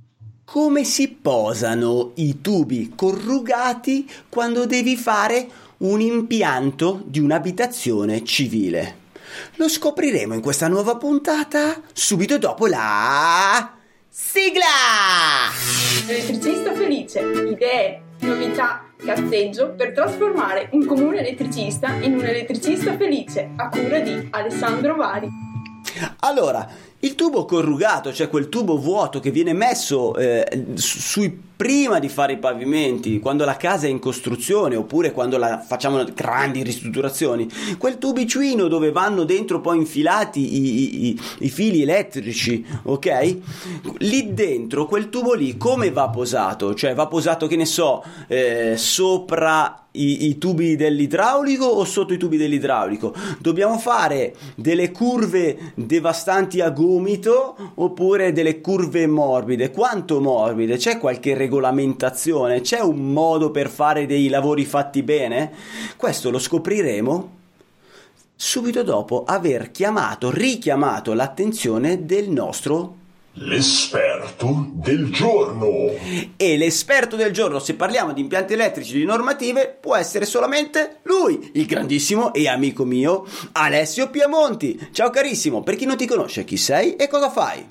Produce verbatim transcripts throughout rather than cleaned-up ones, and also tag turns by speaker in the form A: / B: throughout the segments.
A: Come si posano i tubi corrugati quando devi fare un impianto di un'abitazione civile? Lo scopriremo in questa nuova puntata subito dopo la sigla!
B: Elettricista felice, idee, novità, cazzeggio per trasformare un comune elettricista in un elettricista felice, a cura di Alessandro Vari.
A: Allora, il tubo corrugato, cioè quel tubo vuoto che viene messo eh, sui prima di fare i pavimenti, quando la casa è in costruzione oppure quando la facciamo grandi ristrutturazioni, quel tubicino dove vanno dentro poi infilati i, i, i fili elettrici, ok? Lì dentro quel tubo lì come va posato? Cioè va posato, che ne so, eh, sopra I, i tubi dell'idraulico o sotto i tubi dell'idraulico? Dobbiamo fare delle curve devastanti a gomito oppure delle curve morbide? Quanto morbide? C'è qualche regolamentazione? C'è un modo per fare dei lavori fatti bene? Questo lo scopriremo subito dopo aver chiamato, richiamato l'attenzione del nostro
C: l'esperto del giorno.
A: E l'esperto del giorno, se parliamo di impianti elettrici, di normative, può essere solamente lui, il grandissimo e amico mio Alessio Piamonti. Ciao carissimo, per chi non ti conosce, chi sei e cosa fai?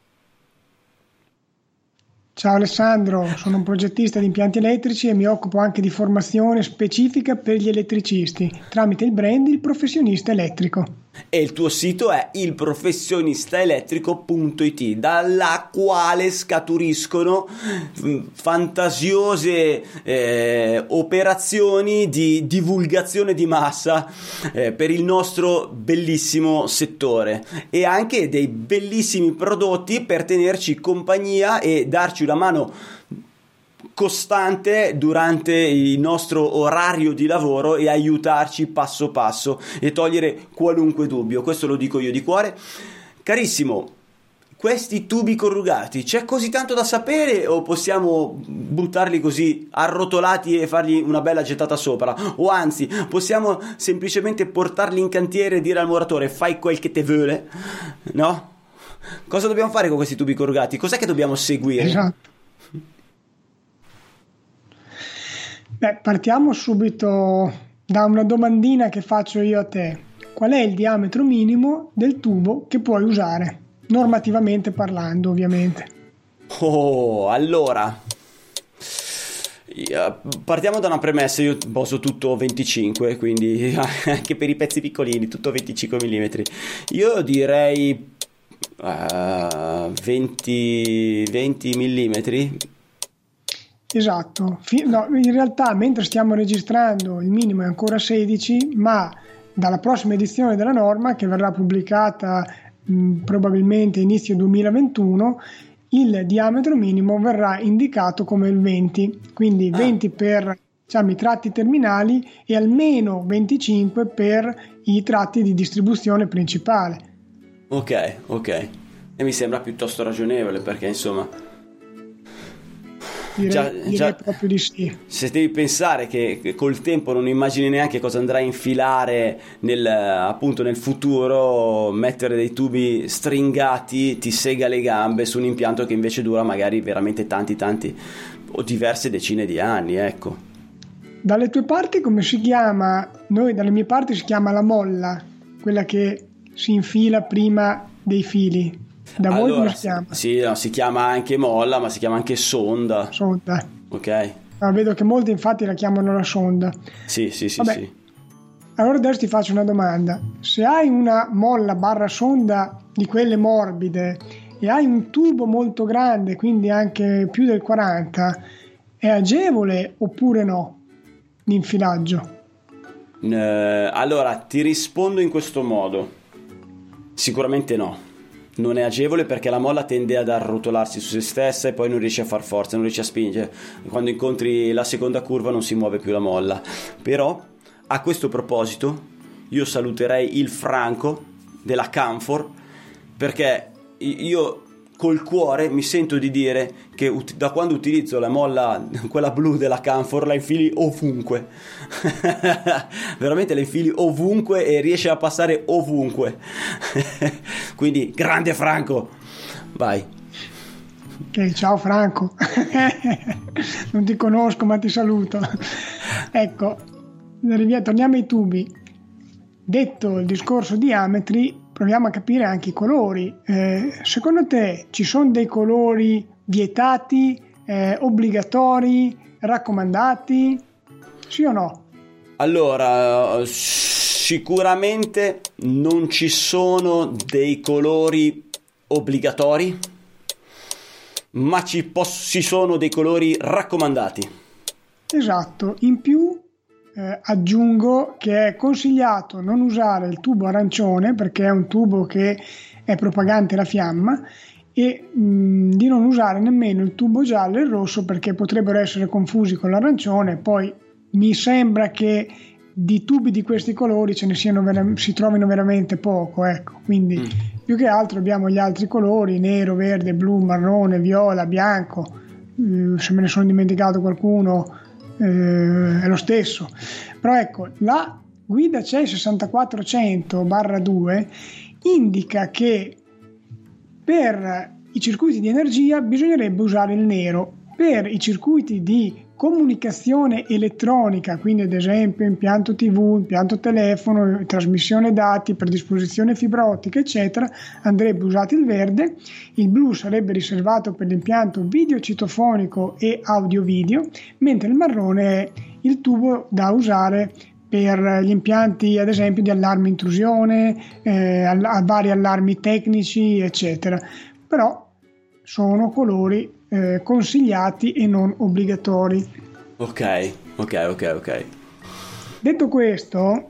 D: Ciao Alessandro, sono un progettista di impianti elettrici e mi occupo anche di formazione specifica per gli elettricisti tramite il brand Il Professionista Elettrico.
A: E il tuo sito è il professionista elettrico punto it, dalla quale scaturiscono fantasiose eh, operazioni di divulgazione di massa eh, per il nostro bellissimo settore, e anche dei bellissimi prodotti per tenerci compagnia e darci una mano costante durante il nostro orario di lavoro e aiutarci passo passo e togliere qualunque dubbio. Questo lo dico io di cuore. Carissimo, questi tubi corrugati, c'è così tanto da sapere o possiamo buttarli così arrotolati e fargli una bella gettata sopra? O anzi, possiamo semplicemente portarli in cantiere e dire al muratore fai quel che te vuole? No? Cosa dobbiamo fare con questi tubi corrugati? Cos'è che dobbiamo seguire?
D: Esatto. Beh, partiamo subito da una domandina che faccio io a te. Qual è il diametro minimo del tubo che puoi usare? Normativamente parlando, ovviamente.
A: Oh, allora, partiamo da una premessa. Io poso tutto venticinque, quindi anche per i pezzi piccolini, tutto venticinque millimetri. Io direi uh, venti, venti millimetri.
D: Esatto, no, in realtà mentre stiamo registrando il minimo è ancora sedici, ma dalla prossima edizione della norma, che verrà pubblicata mh, probabilmente inizio duemilaventuno, il diametro minimo verrà indicato come il venti, quindi ah. venti per, diciamo, i tratti terminali e almeno venticinque per i tratti di distribuzione principale.
A: Ok, ok, e mi sembra piuttosto ragionevole, perché insomma
D: Direi,
A: già,
D: direi
A: già,
D: proprio di sì.
A: Se devi pensare che col tempo non immagini neanche cosa andrai a infilare nel, appunto nel futuro, mettere dei tubi stringati ti sega le gambe su un impianto che invece dura magari veramente tanti tanti o diverse decine di anni, ecco.
D: Dalle tue parti come si chiama? Noi dalle mie parti si chiama la molla, quella che si infila prima dei fili. Da
A: allora,
D: voi come si chiama?
A: Sì, no, si chiama anche molla, ma si chiama anche sonda.
D: Sonda.
A: Ok.
D: Ah, vedo che molti infatti la chiamano la sonda.
A: Sì, sì, sì,
D: Vabbè.
A: sì.
D: Allora adesso ti faccio una domanda. Se hai una molla barra sonda di quelle morbide e hai un tubo molto grande, quindi anche più del quaranta, è agevole oppure no l'infilaggio?
A: Eh, allora, ti rispondo in questo modo. Sicuramente no. Non è agevole perché la molla tende ad arrotolarsi su se stessa e poi non riesce a far forza, non riesce a spingere. Quando incontri la seconda curva non si muove più la molla. Però a questo proposito io saluterei il Franco della Canfor, perché io col cuore mi sento di dire che ut- da quando utilizzo la molla, quella blu della Canfor, la infili ovunque. Veramente la infili ovunque e riesce a passare ovunque. Quindi grande Franco, vai.
D: Ok, ciao Franco. Non ti conosco ma ti saluto. Ecco, torniamo ai tubi. Detto il discorso diametri, proviamo a capire anche i colori. Eh, secondo te ci sono dei colori vietati, eh, obbligatori, raccomandati? Sì o no?
A: Allora, sicuramente non ci sono dei colori obbligatori, ma ci, poss- ci sono dei colori raccomandati.
D: Esatto, in più eh, aggiungo che è consigliato non usare il tubo arancione perché è un tubo che è propagante la fiamma, e mh, di non usare nemmeno il tubo giallo e il rosso perché potrebbero essere confusi con l'arancione. Poi mi sembra che di tubi di questi colori ce ne siano vera- si trovino veramente poco, ecco, quindi mm. più che altro abbiamo gli altri colori: nero, verde, blu, marrone, viola, bianco. Eh, se me ne sono dimenticato qualcuno eh, è lo stesso. Però ecco, la guida C E sessantaquattrocento due indica che per i circuiti di energia bisognerebbe usare il nero, per i circuiti di comunicazione elettronica, quindi ad esempio impianto tivù, impianto telefono, trasmissione dati per disposizione fibra ottica eccetera, andrebbe usato il verde. Il blu sarebbe riservato per l'impianto video citofonico e audio video, mentre il marrone è il tubo da usare per gli impianti ad esempio di allarme intrusione, eh, a vari allarmi tecnici eccetera. Però sono colori eh, consigliati e non obbligatori.
A: Ok, ok, ok, ok.
D: Detto questo,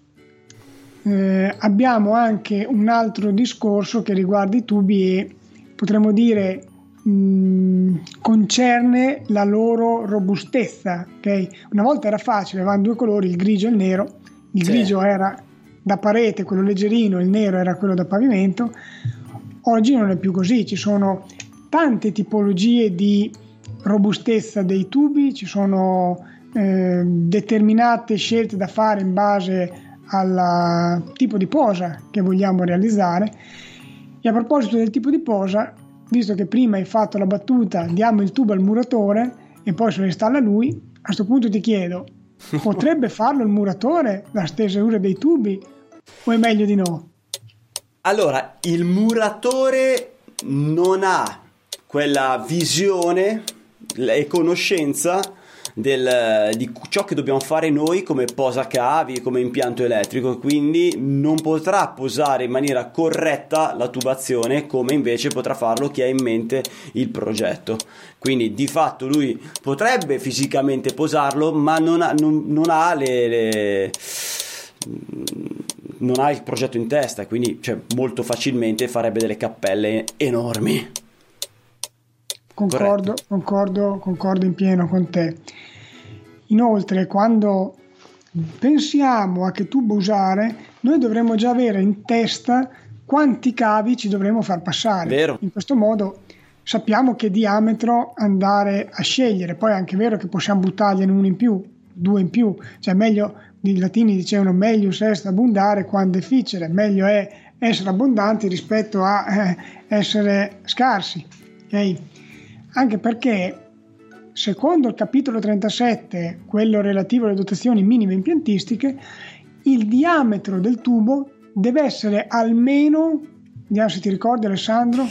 D: eh, abbiamo anche un altro discorso che riguarda i tubi e potremmo dire mh, concerne la loro robustezza. Okay? Una volta era facile, avevano due colori, il grigio e il nero. Il sì. grigio era da parete, quello leggerino, il nero era quello da pavimento. Oggi non è più così, ci sono tante tipologie di robustezza dei tubi, ci sono eh, determinate scelte da fare in base al tipo di posa che vogliamo realizzare. E a proposito del tipo di posa, visto che prima hai fatto la battuta diamo il tubo al muratore e poi se lo installa lui, a questo punto ti chiedo, potrebbe farlo il muratore la stesura dei tubi o è meglio di no?
A: Allora, il muratore non ha quella visione e conoscenza del, di ciò che dobbiamo fare noi come posacavi, come impianto elettrico, quindi non potrà posare in maniera corretta la tubazione come invece potrà farlo chi ha in mente il progetto. Quindi di fatto lui potrebbe fisicamente posarlo, ma non ha, non, non ha le, le non ha il progetto in testa, quindi cioè, molto facilmente farebbe delle cappelle enormi.
D: Concordo, concordo, concordo in pieno con te. Inoltre, quando pensiamo a che tubo usare, noi dovremmo già avere in testa quanti cavi ci dovremo far passare.
A: Vero.
D: In questo modo sappiamo che diametro andare a scegliere. Poi è anche vero che possiamo buttargliene uno in più, due in più, cioè meglio, i latini dicevano melius est abundare quam deficere, meglio è essere abbondanti rispetto a eh, essere scarsi, ok? Anche perché secondo il capitolo trentasette, quello relativo alle dotazioni minime impiantistiche, il diametro del tubo deve essere almeno, vediamo se ti ricordi Alessandro,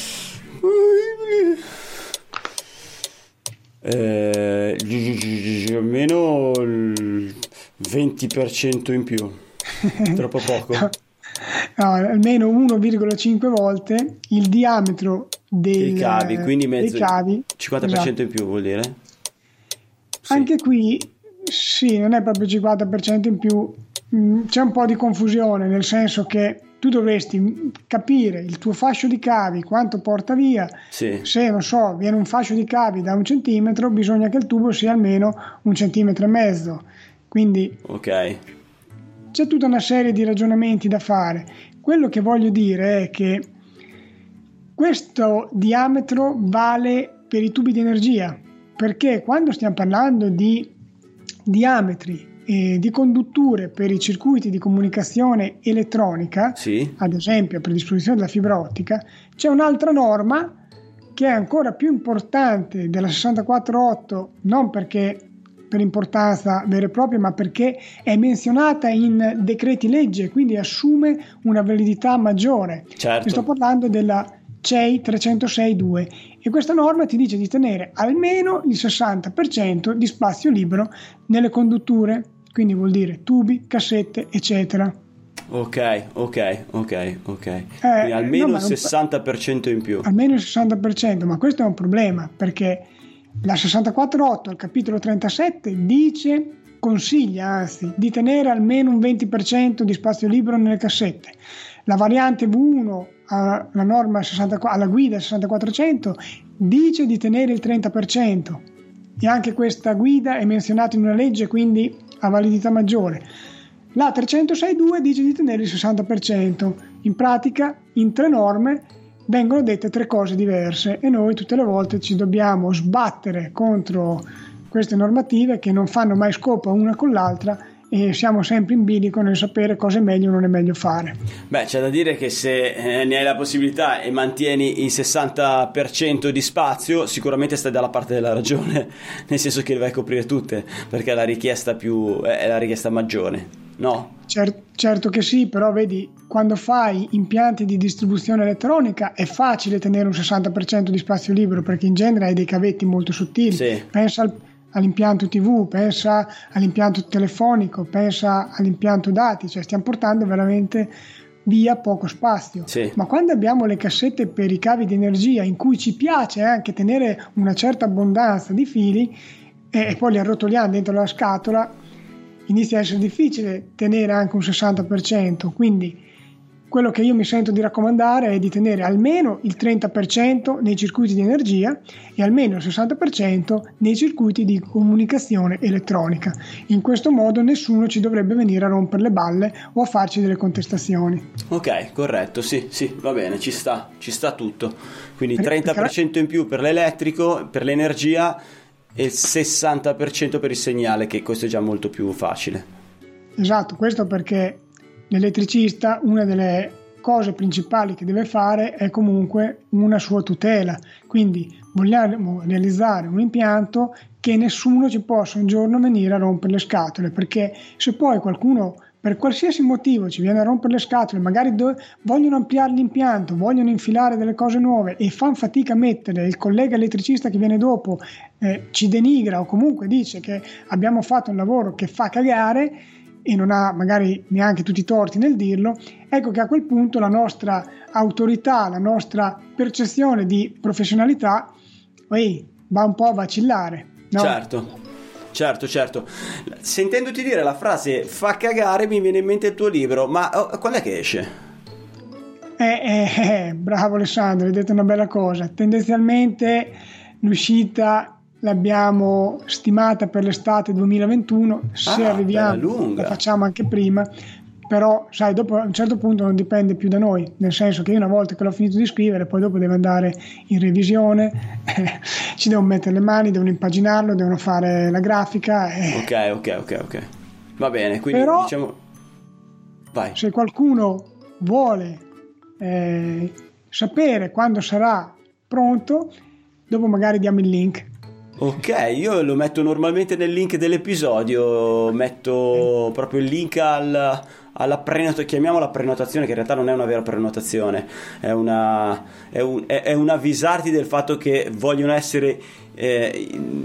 A: eh, almeno il venti per cento in più, troppo poco.
D: No, almeno uno virgola cinque volte il diametro dei
A: cavi, quindi mezzo,
D: dei cavi,
A: cinquanta per cento
D: esatto.
A: in più vuol dire? Sì.
D: Anche qui sì, non è proprio cinquanta per cento in più, c'è un po' di confusione, nel senso che tu dovresti capire il tuo fascio di cavi, quanto porta via.
A: Sì.
D: Se, non so, viene un fascio di cavi da un centimetro, bisogna che il tubo sia almeno un centimetro e mezzo. Quindi
A: ok,
D: c'è tutta una serie di ragionamenti da fare. Quello che voglio dire è che questo diametro vale per i tubi di energia, perché quando stiamo parlando di diametri e di condutture per i circuiti di comunicazione elettronica,
A: sì.
D: ad esempio per disposizione della fibra ottica, c'è un'altra norma che è ancora più importante della sessantaquattro otto, non perché per importanza vera e propria, ma perché è menzionata in decreti legge, quindi assume una validità maggiore.
A: Certo.
D: Vi sto parlando della C E I trecentosei due, e questa norma ti dice di tenere almeno il sessanta per cento di spazio libero nelle condutture, quindi vuol dire tubi, cassette, eccetera.
A: Ok, ok, ok, ok.
D: Eh,
A: Quindi almeno
D: no,
A: il sessanta per cento in più.
D: Almeno il sessanta per cento, ma questo è un problema, perché la sessantaquattro otto al capitolo trentasette dice, consiglia anzi, di tenere almeno un venti per cento di spazio libero nelle cassette. La variante V uno alla norma sessantaquattro, alla guida sessantaquattrocento dice di tenere il trenta per cento, e anche questa guida è menzionata in una legge, quindi ha validità maggiore. La trecentosei due dice di tenere il sessanta per cento. In pratica, in tre norme vengono dette tre cose diverse, e noi tutte le volte ci dobbiamo sbattere contro queste normative che non fanno mai scopo una con l'altra, e siamo sempre in bilico nel sapere cosa è meglio o non è meglio fare.
A: Beh, c'è da dire che se eh, ne hai la possibilità e mantieni il sessanta per cento di spazio, sicuramente stai dalla parte della ragione, nel senso che le vai a coprire tutte, perché è la richiesta più è la richiesta maggiore, no?
D: Cer- certo che sì, però vedi, quando fai impianti di distribuzione elettronica è facile tenere un sessanta per cento di spazio libero, perché in genere hai dei cavetti molto sottili.
A: Sì.
D: Pensa al all'impianto tivù, pensa all'impianto telefonico, pensa all'impianto dati, cioè stiamo portando veramente via poco spazio.
A: Sì.
D: Ma quando abbiamo le cassette per i cavi di energia, in cui ci piace anche tenere una certa abbondanza di fili, e, e poi li arrotoliamo dentro la scatola, inizia a essere difficile tenere anche un sessanta per cento. Quindi quello che io mi sento di raccomandare è di tenere almeno il trenta per cento nei circuiti di energia e almeno il sessanta per cento nei circuiti di comunicazione elettronica. In questo modo nessuno ci dovrebbe venire a rompere le balle o a farci delle contestazioni.
A: Ok, corretto, sì, sì, va bene, ci sta, ci sta tutto. Quindi
D: Per-
A: trenta per cento in più per l'elettrico, per l'energia, e il sessanta per cento per il segnale, che questo è già molto più facile.
D: Esatto, questo perché l'elettricista, una delle cose principali che deve fare è comunque una sua tutela, quindi vogliamo realizzare un impianto che nessuno ci possa un giorno venire a rompere le scatole, perché se poi qualcuno per qualsiasi motivo ci viene a rompere le scatole, magari do- vogliono ampliare l'impianto, vogliono infilare delle cose nuove e fanno fatica a mettere, il collega elettricista che viene dopo eh, ci denigra o comunque dice che abbiamo fatto un lavoro che fa cagare, e non ha magari neanche tutti i torti nel dirlo, ecco che a quel punto la nostra autorità, la nostra percezione di professionalità ehi, va un po' a vacillare, no?
A: Certo, certo, certo. Sentendoti dire la frase fa cagare mi viene in mente il tuo libro, ma oh, quando è che esce?
D: Eh, eh, eh, bravo Alessandro, hai detto una bella cosa. Tendenzialmente l'uscita l'abbiamo stimata per l'estate duemilaventuno, se
A: Ah,
D: arriviamo
A: bella lunga.
D: la facciamo anche prima, però sai, dopo a un certo punto non dipende più da noi, nel senso che io una volta che l'ho finito di scrivere poi dopo devo andare in revisione, eh, ci devo mettere le mani, devono impaginarlo, devono fare la grafica, eh.
A: Ok, ok, ok, ok. Va bene, quindi
D: Però,
A: diciamo vai.
D: se qualcuno vuole eh, sapere quando sarà pronto, dopo magari diamo il link.
A: Ok, io lo metto normalmente nel link dell'episodio, metto proprio il link al, alla prenotazione, chiamiamola prenotazione, che in realtà non è una vera prenotazione, è una è un, è, è un avvisarti del fatto che vogliono essere eh,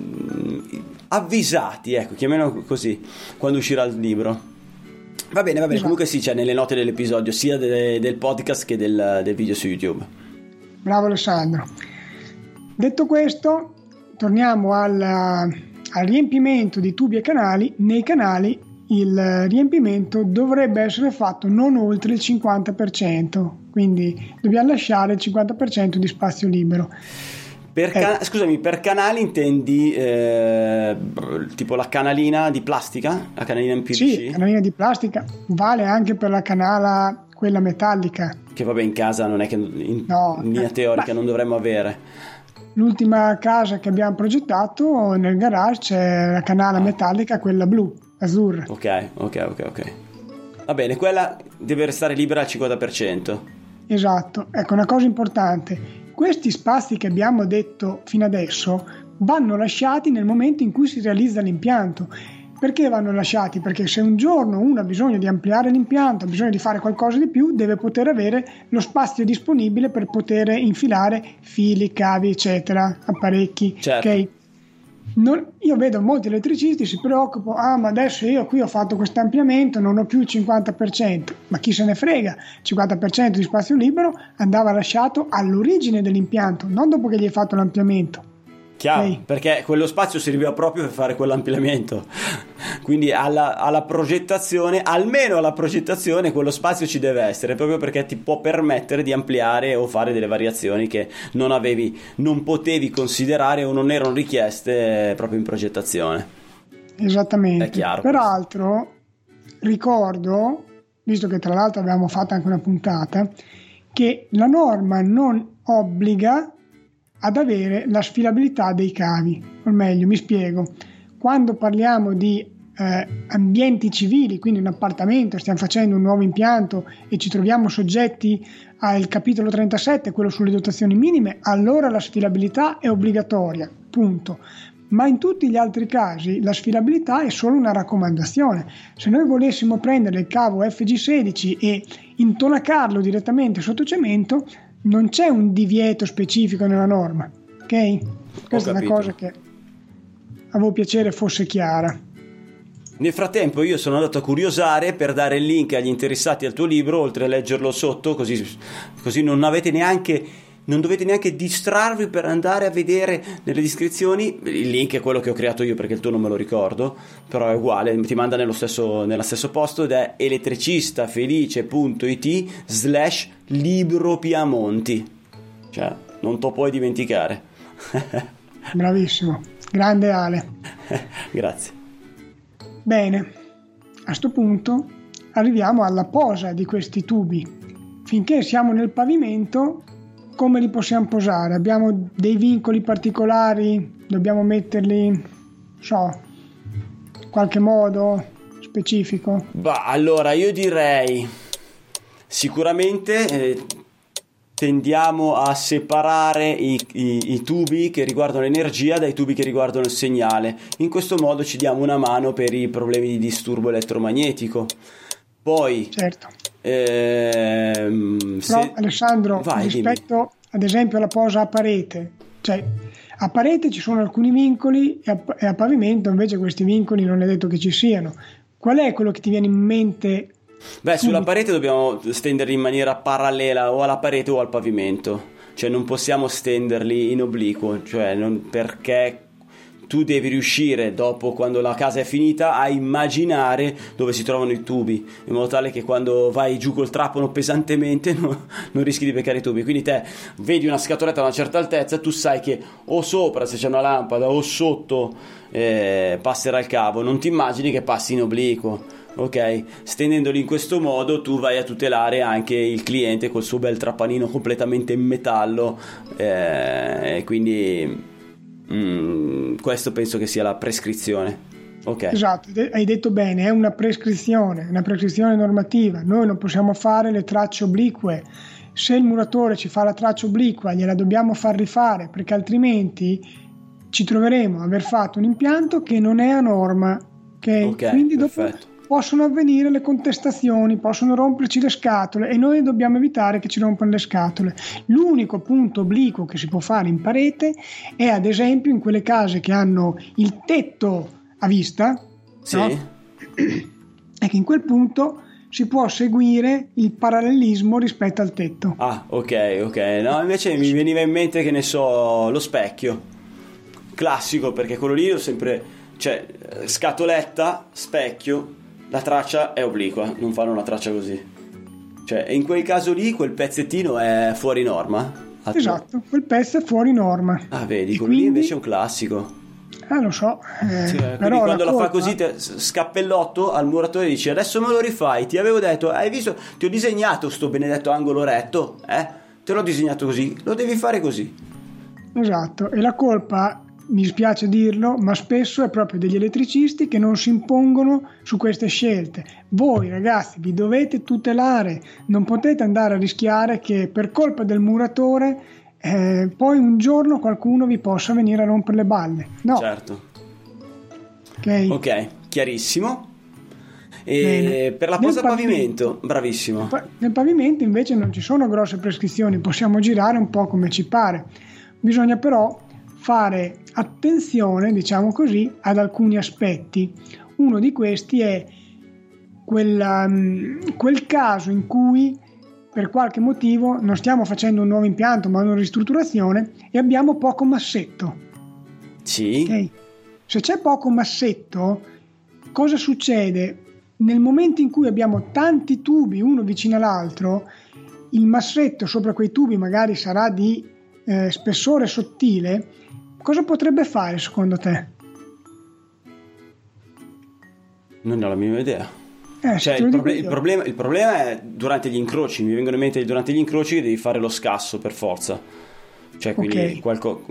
A: avvisati, ecco, chiamiamolo così, quando uscirà il libro. Va bene, va bene,
D: Esatto.
A: comunque sì, c'è nelle note dell'episodio, sia de, del podcast che del, del video su YouTube.
D: Bravo Alessandro. Detto questo, torniamo al, al riempimento di tubi e canali. Nei canali il riempimento dovrebbe essere fatto non oltre il cinquanta per cento, quindi dobbiamo lasciare il cinquanta per cento di spazio libero.
A: Per can- eh. Scusami, per canali intendi eh, tipo la canalina di plastica? La canalina in P V C?
D: Sì, canalina di plastica, vale anche per la canala, quella metallica.
A: Che vabbè, in casa non è che in,
D: no,
A: in linea teorica
D: ma...
A: non dovremmo avere.
D: L'ultima casa che abbiamo progettato, nel garage c'è la canala metallica, quella blu, azzurra.
A: Ok, ok, ok, ok. Va bene, quella deve restare libera al cinquanta per cento.
D: Esatto. Ecco, una cosa importante. questi spazi che abbiamo detto fino adesso vanno lasciati nel momento in cui si realizza l'impianto. Perché vanno lasciati? Perché se un giorno uno ha bisogno di ampliare l'impianto, ha bisogno di fare qualcosa di più, deve poter avere lo spazio disponibile per poter infilare fili, cavi, eccetera, apparecchi.
A: Certo.
D: Okay? Non, io vedo molti elettricisti si preoccupano, ah ma adesso io qui ho fatto questo ampliamento, non ho più il cinquanta per cento, ma chi se ne frega, il cinquanta per cento di spazio libero andava lasciato all'origine dell'impianto, non dopo che gli hai fatto l'ampliamento.
A: Chiaro,
D: Okay.
A: perché quello spazio serviva proprio per fare quell'ampliamento, quindi alla, alla progettazione, almeno alla progettazione, quello spazio ci deve essere, proprio perché ti può permettere di ampliare o fare delle variazioni che non avevi, non potevi considerare o non erano richieste proprio in progettazione.
D: Esattamente.
A: È chiaro.
D: Peraltro ricordo, visto che tra l'altro abbiamo fatto anche una puntata, che la norma non obbliga ad avere la sfilabilità dei cavi, o meglio, mi spiego, quando parliamo di eh, ambienti civili, quindi un appartamento, stiamo facendo un nuovo impianto e ci troviamo soggetti al capitolo trentasette, quello sulle dotazioni minime, allora la sfilabilità è obbligatoria, punto. Ma in tutti gli altri casi la sfilabilità è solo una raccomandazione. Se noi volessimo prendere il cavo F G sedici e intonacarlo direttamente sotto cemento, non c'è un divieto specifico nella norma, ok? Questa è una cosa che avevo piacere fosse chiara.
A: Nel frattempo io sono andato a curiosare per dare il link agli interessati al tuo libro, oltre a leggerlo sotto, così, così non avete neanche, non dovete neanche distrarvi per andare a vedere nelle descrizioni. Il link è quello che ho creato io perché il tuo non me lo ricordo, però è uguale, ti manda nello stesso, nello stesso posto, ed è elettricistafelice.it slash libro Piamonti, cioè non te puoi dimenticare.
D: Bravissimo, grande Ale.
A: Grazie.
D: Bene, a sto punto arriviamo alla posa di questi tubi. Finché siamo nel pavimento, come li possiamo posare? Abbiamo dei vincoli particolari? Dobbiamo metterli, so, in qualche modo specifico?
A: Bah, allora io direi sicuramente eh, tendiamo a separare i, i, i tubi che riguardano l'energia dai tubi che riguardano il segnale. In questo modo ci diamo una mano per i problemi di disturbo elettromagnetico. Poi
D: certo.
A: ehm,
D: Però
A: se...
D: Alessandro,
A: Vai,
D: rispetto
A: dimmi.
D: ad esempio alla posa a parete, cioè a parete ci sono alcuni vincoli e a, e a pavimento invece questi vincoli non è detto che ci siano. Qual è quello che ti viene in mente?
A: Beh, sulla parete dobbiamo stenderli in maniera parallela o alla parete o al pavimento, cioè non possiamo stenderli in obliquo, cioè non, perché tu devi riuscire dopo, quando la casa è finita, a immaginare dove si trovano i tubi, in modo tale che quando vai giù col trapano pesantemente no, non rischi di beccare i tubi. Quindi te vedi una scatoletta a una certa altezza, tu sai che o sopra se c'è una lampada o sotto eh, passerà il cavo, non ti immagini che passi in obliquo. Ok, stendendoli in questo modo tu vai a tutelare anche il cliente col suo bel trappanino completamente in metallo, e eh, quindi mm, questo penso che sia la prescrizione. Ok,
D: Esatto, hai detto bene, è una prescrizione, una prescrizione normativa. Noi non possiamo fare le tracce oblique. Se il muratore ci fa la traccia obliqua gliela dobbiamo far rifare, perché altrimenti ci troveremo a aver fatto un impianto che non è a norma. Ok,
A: okay,
D: quindi dopo
A: perfetto.
D: possono avvenire le contestazioni, possono romperci le scatole e noi dobbiamo evitare che ci rompano le scatole. L'unico punto obliquo che si può fare in parete è ad esempio in quelle case che hanno il tetto a vista,
A: sì,
D: no? E che in quel punto si può seguire il parallelismo rispetto al tetto.
A: Ah, ok, ok. No, invece mi veniva in mente, che ne so, lo specchio classico, perché quello lì ho sempre, cioè scatoletta, specchio, la traccia è obliqua, non fanno una traccia così. Cioè, in quel caso lì quel pezzettino è fuori norma?
D: Esatto, quel pezzo è fuori norma.
A: Ah, vedi,
D: E
A: quello
D: quindi,
A: lì invece è un classico.
D: Ah, lo so. Eh,
A: Sì,
D: però
A: quindi quando
D: la,
A: la
D: colpa,
A: fa così te, scappellotto al muratore, dici adesso me lo rifai, ti avevo detto, hai visto, ti ho disegnato sto benedetto angolo retto, eh? Te l'ho disegnato così, lo devi fare così.
D: Esatto, e la colpa, mi spiace dirlo, ma spesso è proprio degli elettricisti che non si impongono su queste scelte. Voi ragazzi vi dovete tutelare, non potete andare a rischiare che per colpa del muratore eh, poi un giorno qualcuno vi possa venire a rompere le balle. No.
A: Certo.
D: Ok,
A: Ok, chiarissimo. E
D: Bene.
A: per la
D: Nel
A: posa a pavimento,
D: pavimento-
A: bravissimo.
D: Pa- Nel pavimento invece non ci sono grosse prescrizioni, possiamo girare un po' come ci pare. Bisogna però fare attenzione, diciamo così, ad alcuni aspetti. Uno di questi è quella, mh, quel caso in cui per qualche motivo non stiamo facendo un nuovo impianto ma una ristrutturazione e abbiamo poco massetto.
A: Sì.
D: Ok? Se c'è poco massetto, cosa succede? Nel momento in cui abbiamo tanti tubi uno vicino all'altro, il massetto sopra quei tubi magari sarà di eh, spessore sottile. Cosa potrebbe fare secondo te?
A: Non ho la minima idea.
D: Eh,
A: Cioè,
D: te lo
A: il,
D: dico
A: proble-
D: io.
A: il problema, il problema è durante gli incroci. Mi vengono in mente che durante gli incroci devi fare lo scasso per forza. Cioè, quindi
D: Ok.
A: qualco-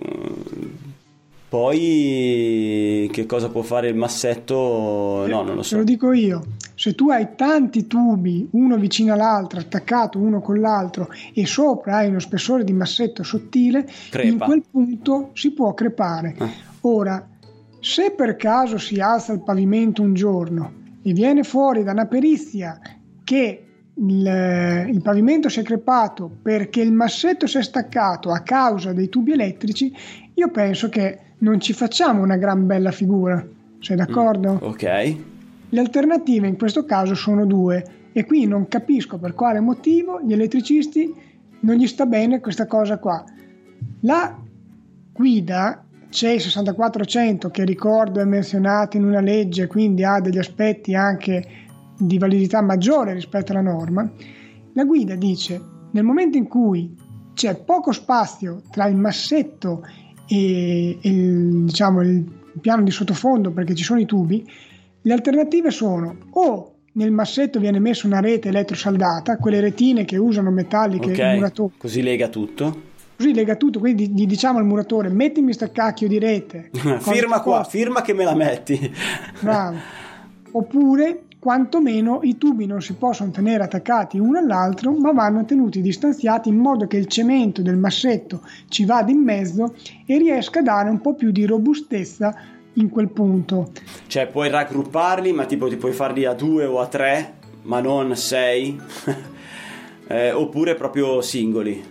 A: Poi che cosa può fare il massetto? No, non lo
D: Te
A: so.
D: lo dico io. Se tu hai tanti tubi, uno vicino all'altro, attaccato uno con l'altro, e sopra hai uno spessore di massetto sottile,
A: Crepa.
D: in quel punto si può crepare.
A: Eh.
D: Ora, se per caso si alza il pavimento un giorno e viene fuori da una perizia che il, il pavimento si è crepato perché il massetto si è staccato a causa dei tubi elettrici, io penso che non ci facciamo una gran bella figura. Sei d'accordo?
A: Ok.
D: Le alternative in questo caso sono due e qui non capisco per quale motivo gli elettricisti non gli sta bene questa cosa qua. La guida C E I sessantaquattrocento, che ricordo è menzionata in una legge, quindi ha degli aspetti anche di validità maggiore rispetto alla norma, la guida dice nel momento in cui c'è poco spazio tra il massetto e il, diciamo, il piano di sottofondo perché ci sono i tubi, le alternative sono o nel massetto viene messa una rete elettrosaldata, quelle retine che usano metalliche
A: Ok.
D: i muratori,
A: Così lega tutto.
D: così lega tutto, quindi gli diciamo al muratore mettimi sta cacchio di rete.
A: Firma
D: Cosa
A: qua,
D: costa?
A: firma che me la metti.
D: Bravo. Oppure quantomeno i tubi non si possono tenere attaccati uno all'altro ma vanno tenuti distanziati in modo che il cemento del massetto ci vada in mezzo e riesca a dare un po' più di robustezza in quel punto.
A: Cioè, puoi raggrupparli, ma tipo ti puoi farli a due o a tre, ma non sei. Eh, oppure proprio singoli.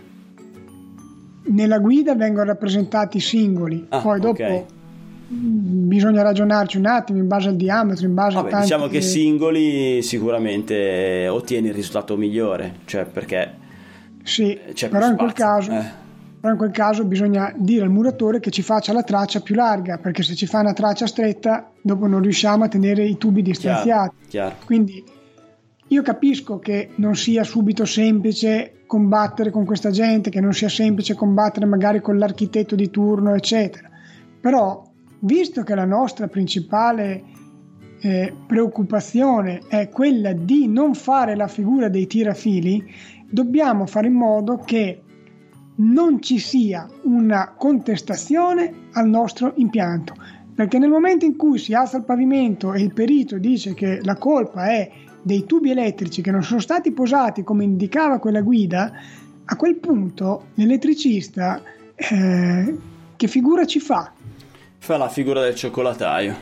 D: Nella guida vengono rappresentati singoli,
A: Ah,
D: poi dopo
A: ok.
D: mh, bisogna ragionarci un attimo in base al diametro, in base
A: Vabbè,
D: a tanti...
A: diciamo che singoli sicuramente ottieni il risultato migliore, cioè perché
D: Sì,
A: c'è
D: però
A: più
D: in quel
A: spazio.
D: caso
A: Eh.
D: però in quel caso bisogna dire al muratore che ci faccia la traccia più larga, perché se ci fa una traccia stretta dopo non riusciamo a tenere i tubi distanziati.
A: Chiaro, chiaro.
D: Quindi io capisco che non sia subito semplice combattere con questa gente, che non sia semplice combattere magari con l'architetto di turno, eccetera. Però, visto che la nostra principale eh, preoccupazione è quella di non fare la figura dei tirafili, dobbiamo fare in modo che non ci sia una contestazione al nostro impianto, perché nel momento in cui si alza il pavimento e il perito dice che la colpa è dei tubi elettrici che non sono stati posati come indicava quella guida, a quel punto l'elettricista eh, che figura ci fa?
A: Fa la figura del cioccolataio,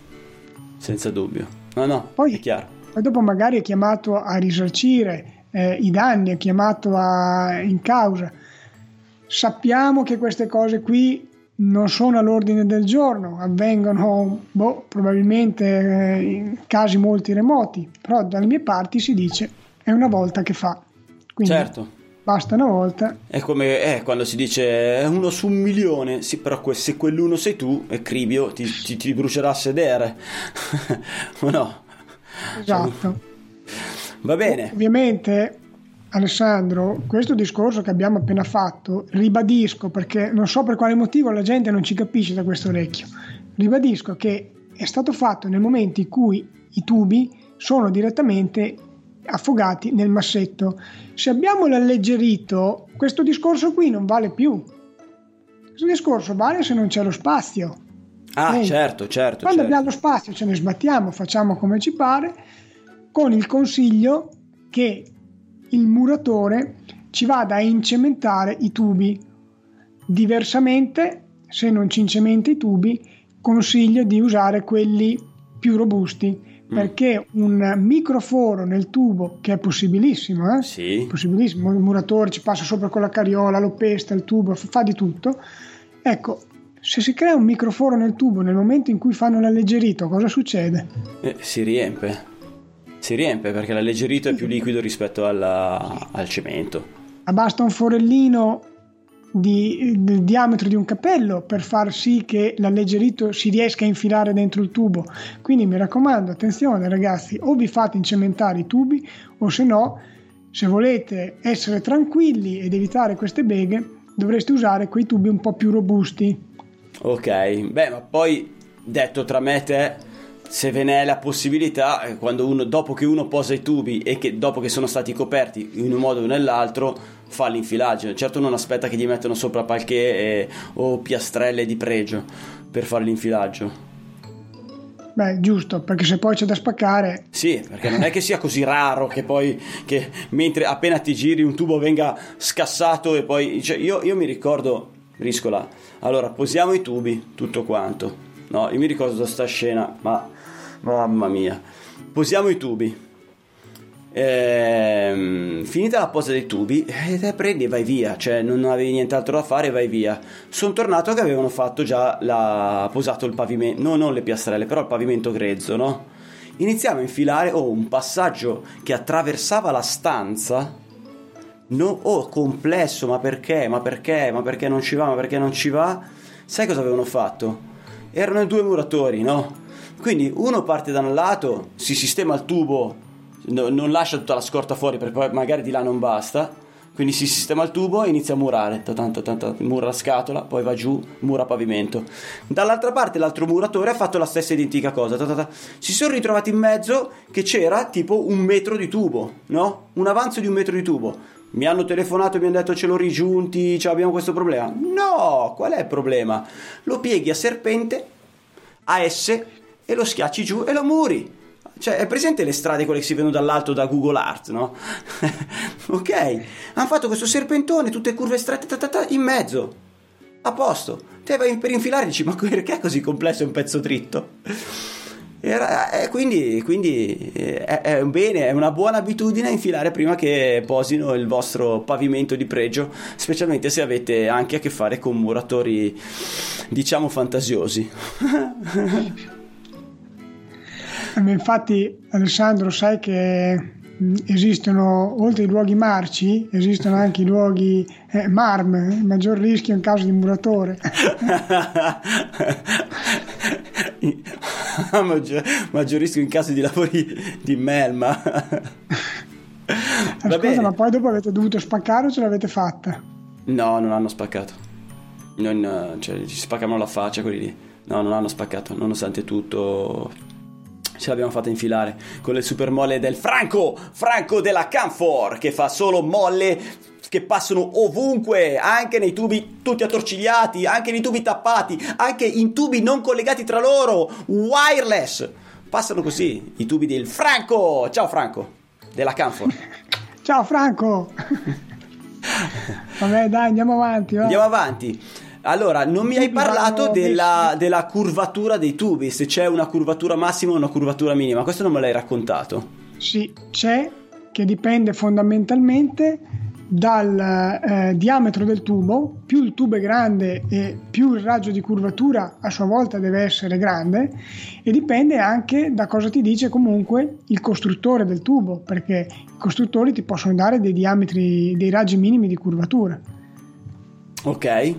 A: senza dubbio. No, no,
D: Poi,
A: è chiaro.
D: poi dopo magari è chiamato a risarcire eh, i danni, è chiamato a, in causa. Sappiamo che queste cose qui non sono all'ordine del giorno, avvengono boh, probabilmente eh, in casi molto remoti, però dalle mie parti si dice è una volta che fa, quindi
A: Certo.
D: basta una volta.
A: È come eh, quando si dice è uno su un milione, sì, però que- se quell'uno sei tu, e Cribio ti, ti, ti brucerà a sedere. O no?
D: Esatto.
A: Va bene.
D: Ovviamente, Alessandro, questo discorso che abbiamo appena fatto, ribadisco, perché non so per quale motivo la gente non ci capisce da questo orecchio, ribadisco che è stato fatto nel momento in cui i tubi sono direttamente affogati nel massetto. Se abbiamo l'alleggerito, questo discorso qui non vale più. Questo discorso vale se non c'è lo spazio.
A: Ah,
D: Eh,
A: certo, certo.
D: Quando
A: certo.
D: abbiamo lo spazio ce ne sbattiamo, facciamo come ci pare, con il consiglio che il muratore ci vada a incementare i tubi. Diversamente, se non ci incementi i tubi, consiglio di usare quelli più robusti, mm. perché un microforo nel tubo, che è possibilissimo, eh?
A: Sì.
D: possibilissimo, il muratore ci passa sopra con la carriola, lo pesta, il tubo, fa di tutto. Ecco, se si crea un microforo nel tubo nel momento in cui fanno l'alleggerito, cosa succede?
A: Eh, si riempie. Si riempie perché l'alleggerito è più liquido rispetto alla, al cemento.
D: Basta un forellino di, del diametro di un cappello per far sì che l'alleggerito si riesca a infilare dentro il tubo. Quindi mi raccomando, attenzione ragazzi, o vi fate incementare i tubi, o se no, se volete essere tranquilli ed evitare queste beghe, dovreste usare quei tubi un po' più robusti.
A: Ok, beh, ma poi detto tra me e te, se ve ne è la possibilità, quando uno, dopo che uno posa i tubi e che dopo che sono stati coperti in un modo o nell'altro, fa l'infilaggio. Certo non aspetta che gli mettano sopra palché e, o piastrelle di pregio per fare l'infilaggio.
D: Beh, giusto, perché se poi c'è da spaccare...
A: Sì, perché non è che sia così raro che poi, che mentre appena ti giri un tubo venga scassato e poi... Cioè, io, io mi ricordo, Briscola, allora posiamo i tubi, tutto quanto, no? Io mi ricordo da sta scena, ma mamma mia, posiamo i tubi, ehm, finita la posa dei tubi, e te prendi e vai via, cioè non avevi nient'altro da fare, vai via. Sono tornato che avevano fatto già la, posato il pavimento, no, non le piastrelle, però il pavimento grezzo, no? Iniziamo a infilare, oh, un passaggio che attraversava la stanza. No, oh, complesso, ma perché? Ma perché? Ma perché non ci va? Ma perché non ci va? Sai cosa avevano fatto? Erano due muratori, no? Quindi uno parte da un lato, si sistema il tubo, no, non lascia tutta la scorta fuori perché poi magari di là non basta, quindi si sistema il tubo e inizia a murare, tanta, tanta, mura la scatola, poi va giù, mura pavimento. Dall'altra parte l'altro muratore ha fatto la stessa identica cosa, tanta, si sono ritrovati in mezzo che c'era tipo un metro di tubo, no? Un avanzo di un metro di tubo. Mi hanno telefonato e mi hanno detto ce l'ho rigiunti, cioè abbiamo questo problema. No, qual è il problema? Lo pieghi a serpente, a S, e lo schiacci giù e lo muri. Cioè, è presente le strade quelle che si vedono dall'alto da Google Earth, no? Ok, hanno fatto questo serpentone, tutte curve strette, ta ta ta, in mezzo, a posto. Te vai per infilare e dici, ma perché è così complesso un pezzo dritto? Era, eh, quindi quindi eh, è un bene, è una buona abitudine infilare prima che posino il vostro pavimento di pregio, specialmente se avete anche a che fare con muratori, diciamo, fantasiosi.
D: Infatti, Alessandro, sai che esistono, oltre ai luoghi marci, esistono anche i luoghi eh, marm, maggior rischio in caso di muratore.
A: maggior, maggior rischio in caso di lavori di melma.
D: Scusa, bene. Ma poi dopo avete dovuto spaccare o ce l'avete fatta?
A: No, non hanno spaccato. Non, cioè, ci spaccavano la faccia quelli lì. No, non hanno spaccato, nonostante tutto ce l'abbiamo fatta infilare con le super molle del Franco Franco della Canfor, che fa solo molle che passano ovunque, anche nei tubi tutti attorcigliati, anche nei tubi tappati, anche in tubi non collegati tra loro, wireless, passano così i tubi del Franco. Ciao Franco della Canfor.
D: Ciao Franco. Vabbè, dai, andiamo avanti, va.
A: Andiamo avanti. Allora, non mi hai parlato della, della curvatura dei tubi, se c'è una curvatura massima o una curvatura minima, questo non me l'hai raccontato.
D: Sì, c'è, che dipende fondamentalmente dal eh, diametro del tubo. Più il tubo è grande e più il raggio di curvatura a sua volta deve essere grande, e dipende anche da cosa ti dice comunque il costruttore del tubo, perché i costruttori ti possono dare dei diametri, dei raggi minimi di curvatura.
A: Ok.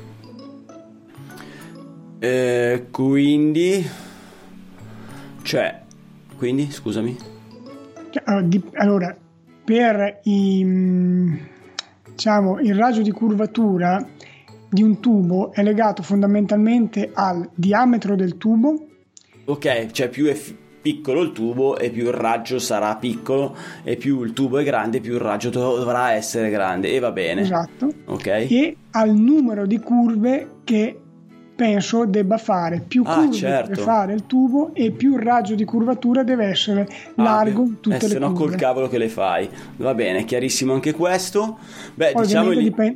A: Eh, quindi cioè quindi scusami
D: allora per i, diciamo, il raggio di curvatura di un tubo è legato fondamentalmente al diametro del tubo.
A: Ok, cioè più è f- piccolo il tubo e più il raggio sarà piccolo, e più il tubo è grande più il raggio dovrà essere grande, e va bene.
D: Esatto.
A: Ok.
D: E al numero di curve che penso debba fare. Più curve ah, certo. deve fare il tubo e più il raggio di curvatura deve essere largo ah, in tutte eh, le
A: se no
D: curve.
A: Col cavolo che le fai. Va bene, chiarissimo anche questo. Beh,
D: Poi
A: diciamo
D: ovviamente, il... dipende,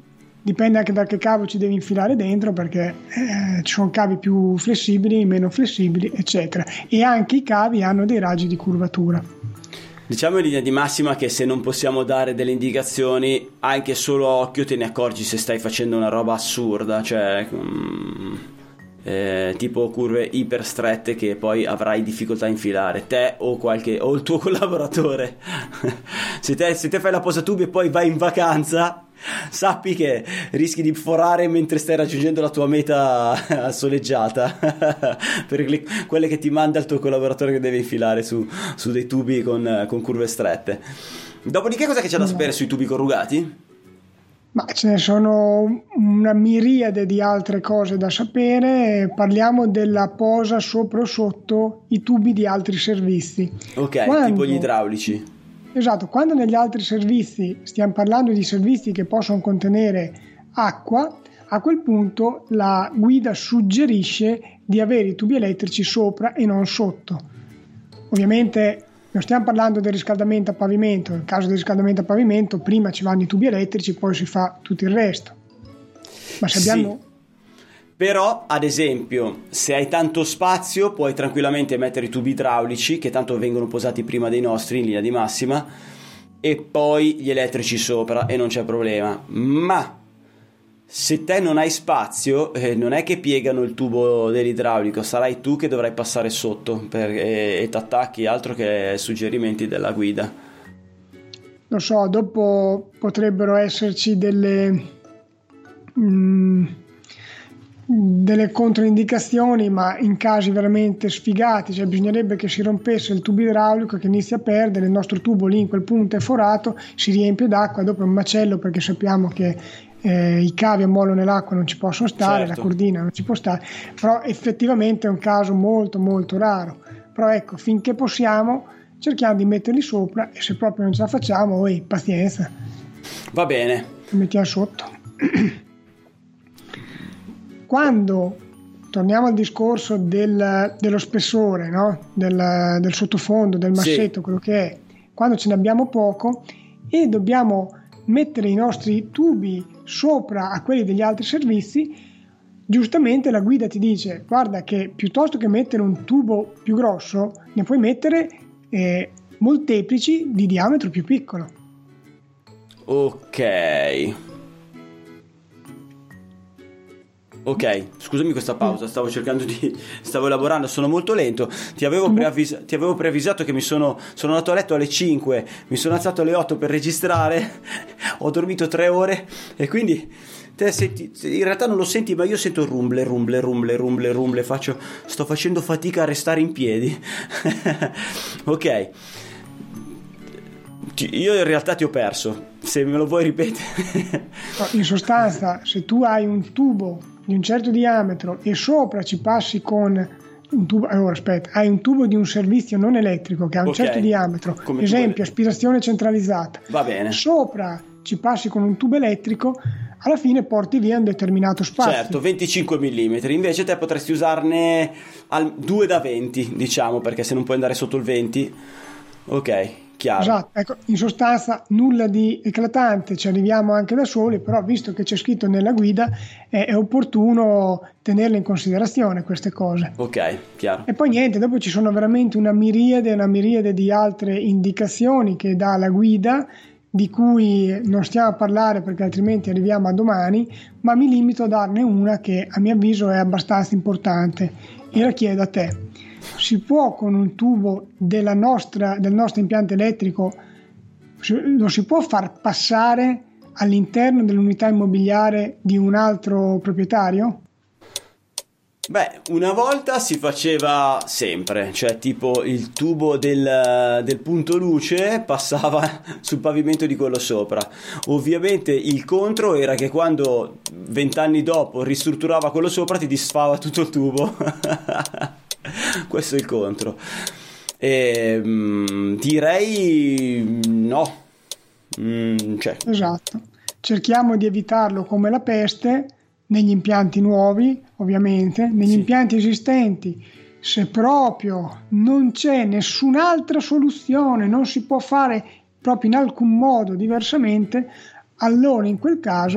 D: dipende anche da che cavo ci devi infilare dentro, perché eh, ci sono cavi più flessibili, meno flessibili, eccetera, e anche i cavi hanno dei raggi di curvatura.
A: Diciamo in linea di massima che se non possiamo dare delle indicazioni, anche solo a occhio te ne accorgi se stai facendo una roba assurda, cioè mm, eh, tipo curve iper strette che poi avrai difficoltà a infilare, te o qualche o il tuo collaboratore. se, te, se te fai la posatubi e poi vai in vacanza, sappi che rischi di forare mentre stai raggiungendo la tua meta soleggiata per le, quelle che ti manda il tuo collaboratore che deve infilare su, su dei tubi con, con curve strette. Dopodiché cosa che c'è da sapere sui tubi corrugati?
D: Ma ce ne sono una miriade di altre cose da sapere. Parliamo della posa sopra o sotto i tubi di altri servizi.
A: Ok,
D: Quando...
A: tipo gli idraulici.
D: Esatto, quando negli altri servizi stiamo parlando di servizi che possono contenere acqua, a quel punto la guida suggerisce di avere i tubi elettrici sopra e non sotto. Ovviamente non stiamo parlando del riscaldamento a pavimento, nel caso del riscaldamento a pavimento prima ci vanno i tubi elettrici, poi si fa tutto il resto. Ma se abbiamo...
A: Sì. Però, ad esempio, se hai tanto spazio puoi tranquillamente mettere i tubi idraulici, che tanto vengono posati prima dei nostri in linea di massima, e poi gli elettrici sopra e non c'è problema. Ma se te non hai spazio, eh, non è che piegano il tubo dell'idraulico, sarai tu che dovrai passare sotto per, e, e t'attacchi, altro che suggerimenti della guida.
D: Lo so, dopo potrebbero esserci delle... Mm, delle controindicazioni, ma in casi veramente sfigati, cioè bisognerebbe che si rompesse il tubo idraulico, che inizia a perdere, il nostro tubo lì in quel punto è forato, si riempie d'acqua, dopo è un macello perché sappiamo che eh, i cavi a mollo nell'acqua non ci possono stare, certo. La cordina non ci può stare, però effettivamente è un caso molto molto raro. Però ecco, finché possiamo cerchiamo di metterli sopra, e se proprio non ce la facciamo, oi, pazienza,
A: va bene,
D: li mettiamo sotto. Quando torniamo al discorso del, dello spessore, no? del, del sottofondo, del massetto, sì. Quello che è, quando ce ne abbiamo poco e dobbiamo mettere i nostri tubi sopra a quelli degli altri servizi, giustamente la guida ti dice: guarda che piuttosto che mettere un tubo più grosso ne puoi mettere eh, molteplici di diametro più piccolo.
A: Ok. Ok, scusami questa pausa, stavo cercando di... stavo elaborando, sono molto lento. Ti avevo, preavvis- ti avevo preavvisato che mi sono... sono andato a letto alle cinque, mi sono alzato alle otto per registrare, ho dormito tre ore e quindi te senti, in realtà non lo senti, ma io sento rumble, rumble, rumble, rumble, rumble, faccio, sto facendo fatica a restare in piedi. Ok, io in realtà ti ho perso, se me lo vuoi ripetere.
D: In sostanza, se tu hai un tubo di un certo diametro e sopra ci passi con un tubo, allora aspetta, hai un tubo di un servizio non elettrico che ha un
A: okay.
D: certo diametro, come esempio aspirazione centralizzata,
A: va bene,
D: sopra ci passi con un tubo elettrico, alla fine porti via un determinato spazio.
A: Certo, venticinque millimetri, invece te potresti usarne al due da venti, diciamo, perché se non puoi andare sotto il venti, ok. Chiaro.
D: Esatto, ecco, in sostanza nulla di eclatante, ci arriviamo anche da soli, però visto che c'è scritto nella guida è, è opportuno tenerle in considerazione queste cose.
A: Ok, chiaro.
D: E poi niente, dopo ci sono veramente una miriade, una miriade di altre indicazioni che dà la guida, di cui non stiamo a parlare perché altrimenti arriviamo a domani, ma mi limito a darne una che a mio avviso è abbastanza importante e la chiedo a te. Si può con un tubo della nostra, del nostro impianto elettrico, lo si può far passare all'interno dell'unità immobiliare di un altro proprietario?
A: Beh, una volta si faceva sempre, cioè tipo il tubo del, del punto luce passava sul pavimento di quello sopra. Ovviamente il contro era che quando vent'anni dopo ristrutturava quello sopra ti disfava tutto il tubo. Questo è il contro. E, mh, direi no. Mm, cioè.
D: Esatto. Cerchiamo di evitarlo come la peste negli impianti nuovi, ovviamente, negli sì. impianti esistenti. Se proprio non c'è nessun'altra soluzione, non si può fare proprio in alcun modo diversamente, allora in quel caso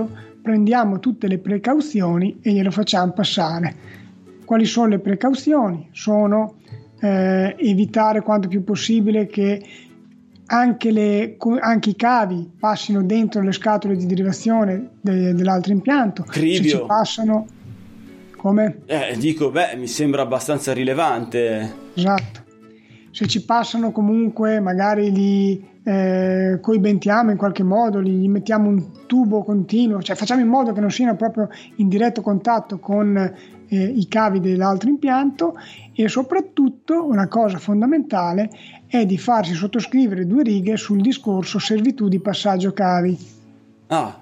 D: prendiamo tutte le precauzioni e glielo facciamo passare. Quali sono le precauzioni? Sono eh, evitare quanto più possibile che anche, le, anche i cavi passino dentro le scatole di derivazione de, dell'altro impianto.
A: Cribio.
D: Se ci passano, come?
A: Eh, dico, beh, mi sembra abbastanza rilevante.
D: Esatto. Se ci passano comunque, magari li eh, coibentiamo in qualche modo, gli mettiamo un tubo continuo, cioè facciamo in modo che non siano proprio in diretto contatto con eh, i cavi dell'altro impianto, e soprattutto una cosa fondamentale è di farsi sottoscrivere due righe sul discorso servitù di passaggio cavi.
A: Ah,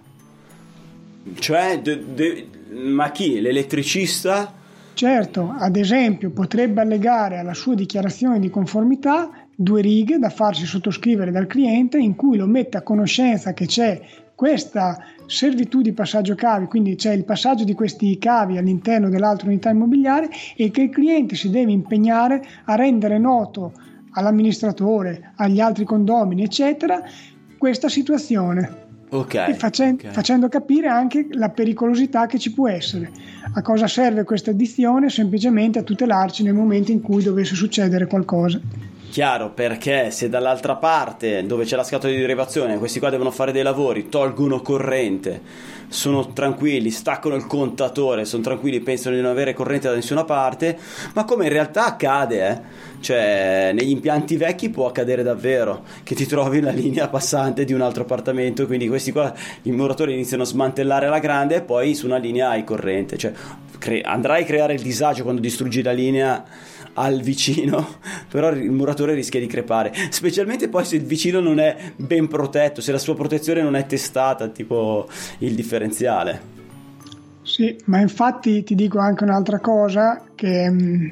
A: cioè, de, de, ma chi? L'elettricista?
D: Certo, ad esempio potrebbe allegare alla sua dichiarazione di conformità due righe da farsi sottoscrivere dal cliente in cui lo mette a conoscenza che c'è questa servitù di passaggio cavi, quindi c'è il passaggio di questi cavi all'interno dell'altra unità immobiliare, e che il cliente si deve impegnare a rendere noto all'amministratore, agli altri condomini, eccetera, questa situazione.
A: Okay,
D: facendo,
A: okay.
D: facendo capire anche la pericolosità che ci può essere. A cosa serve questa addizione? Semplicemente a tutelarci nel momento in cui dovesse succedere qualcosa.
A: Chiaro, perché se dall'altra parte, dove c'è la scatola di derivazione, questi qua devono fare dei lavori, tolgono corrente, sono tranquilli, staccano il contatore, sono tranquilli, pensano di non avere corrente da nessuna parte, ma come in realtà accade, eh? Cioè negli impianti vecchi può accadere davvero che ti trovi la linea passante di un altro appartamento, quindi questi qua, i muratori iniziano a smantellare la grande e poi su una linea hai corrente, cioè cre- andrai a creare il disagio quando distruggi la linea al vicino, però il muratore rischia di crepare, specialmente poi se il vicino non è ben protetto, se la sua protezione non è testata, tipo il differenziale.
D: Sì, ma infatti ti dico anche un'altra cosa che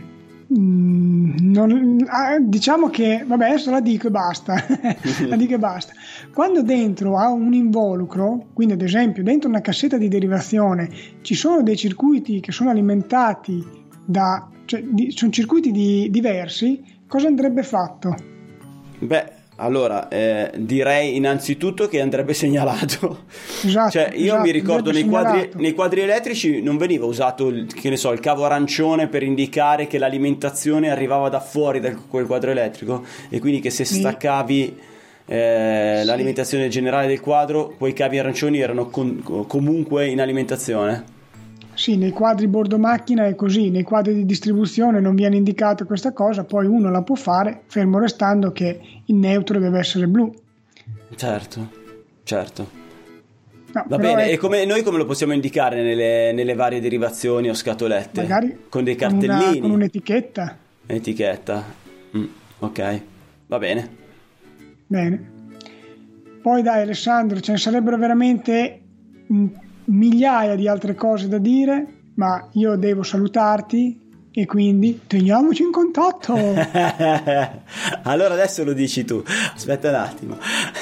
D: mm, non, diciamo che vabbè, adesso la dico e basta la dico e basta. Quando dentro ha un involucro, quindi ad esempio dentro una cassetta di derivazione ci sono dei circuiti che sono alimentati da cioè di, sono circuiti di, diversi, cosa andrebbe fatto? Beh,
A: allora eh, direi innanzitutto che andrebbe segnalato.
D: Esatto,
A: cioè io
D: esatto,
A: mi ricordo nei quadri, nei quadri elettrici non veniva usato il, che ne so, il cavo arancione per indicare che l'alimentazione arrivava da fuori da quel quadro elettrico, e quindi che se staccavi eh, sì. l'alimentazione generale del quadro, quei cavi arancioni erano con, comunque in alimentazione.
D: Sì, nei quadri bordo macchina è così, nei quadri di distribuzione non viene indicata questa cosa, poi uno la può fare, fermo restando che il neutro deve essere blu.
A: Certo, certo.
D: No,
A: Va bene,
D: è...
A: e come, noi come lo possiamo indicare nelle, nelle varie derivazioni o scatolette?
D: Magari
A: con dei cartellini? Con,
D: una, con un'etichetta.
A: Etichetta, mm, ok, va bene.
D: Bene. Poi dai Alessandro, ce ne sarebbero veramente... Mh, migliaia di altre cose da dire, ma io devo salutarti e quindi teniamoci in contatto.
A: Allora adesso lo dici tu, aspetta un attimo.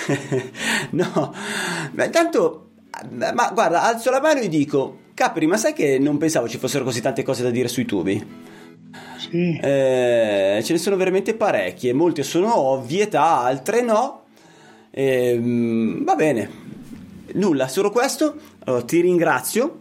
A: No, ma intanto, ma guarda, alzo la mano e dico, Capri, ma sai che non pensavo ci fossero così tante cose da dire sui tubi?
D: Sì.
A: Eh, ce ne sono veramente parecchie, molte sono ovvietà, altre no. Eh, va bene. Nulla, solo questo. Allora, ti ringrazio,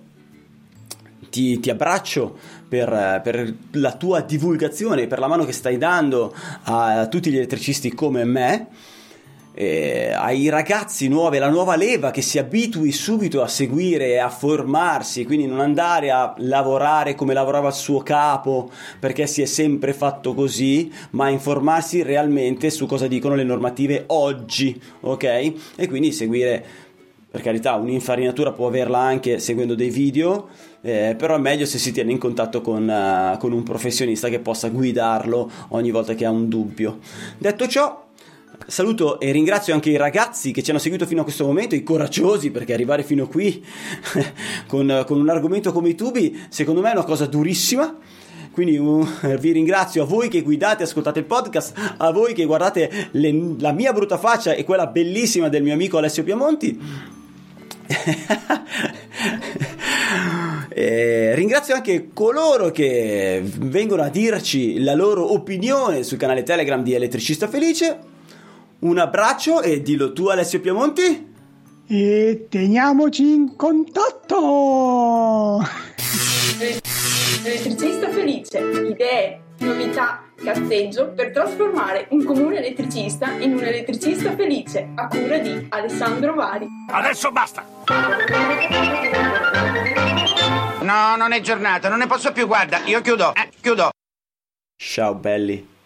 A: ti, ti abbraccio per, per la tua divulgazione, per la mano che stai dando a, a tutti gli elettricisti come me, eh, ai ragazzi nuovi, alla nuova leva che si abitui subito a seguire e a formarsi, quindi non andare a lavorare come lavorava il suo capo perché si è sempre fatto così, ma informarsi realmente su cosa dicono le normative oggi, ok? E quindi seguire, per carità, un'infarinatura può averla anche seguendo dei video, eh, però è meglio se si tiene in contatto con, uh, con un professionista che possa guidarlo ogni volta che ha un dubbio. Detto ciò, saluto e ringrazio anche i ragazzi che ci hanno seguito fino a questo momento, i coraggiosi, perché arrivare fino qui con, con un argomento come i tubi secondo me è una cosa durissima. Quindi uh, vi ringrazio a voi che guidate, ascoltate il podcast, a voi che guardate le, la mia brutta faccia e quella bellissima del mio amico Alessio Piamonti. E ringrazio anche coloro che vengono a dirci la loro opinione sul canale Telegram di Elettricista Felice. Un abbraccio e dillo tu, Alessio Piamonti.
D: e teniamoci in contatto.
B: Elettricista felice, idee, novità, cazzeggio per trasformare un comune elettricista in un elettricista felice, a cura di Alessandro Vari.
E: Adesso basta!
F: No, non è giornata, non ne posso più, guarda, io chiudo, eh, chiudo.
A: Ciao belli.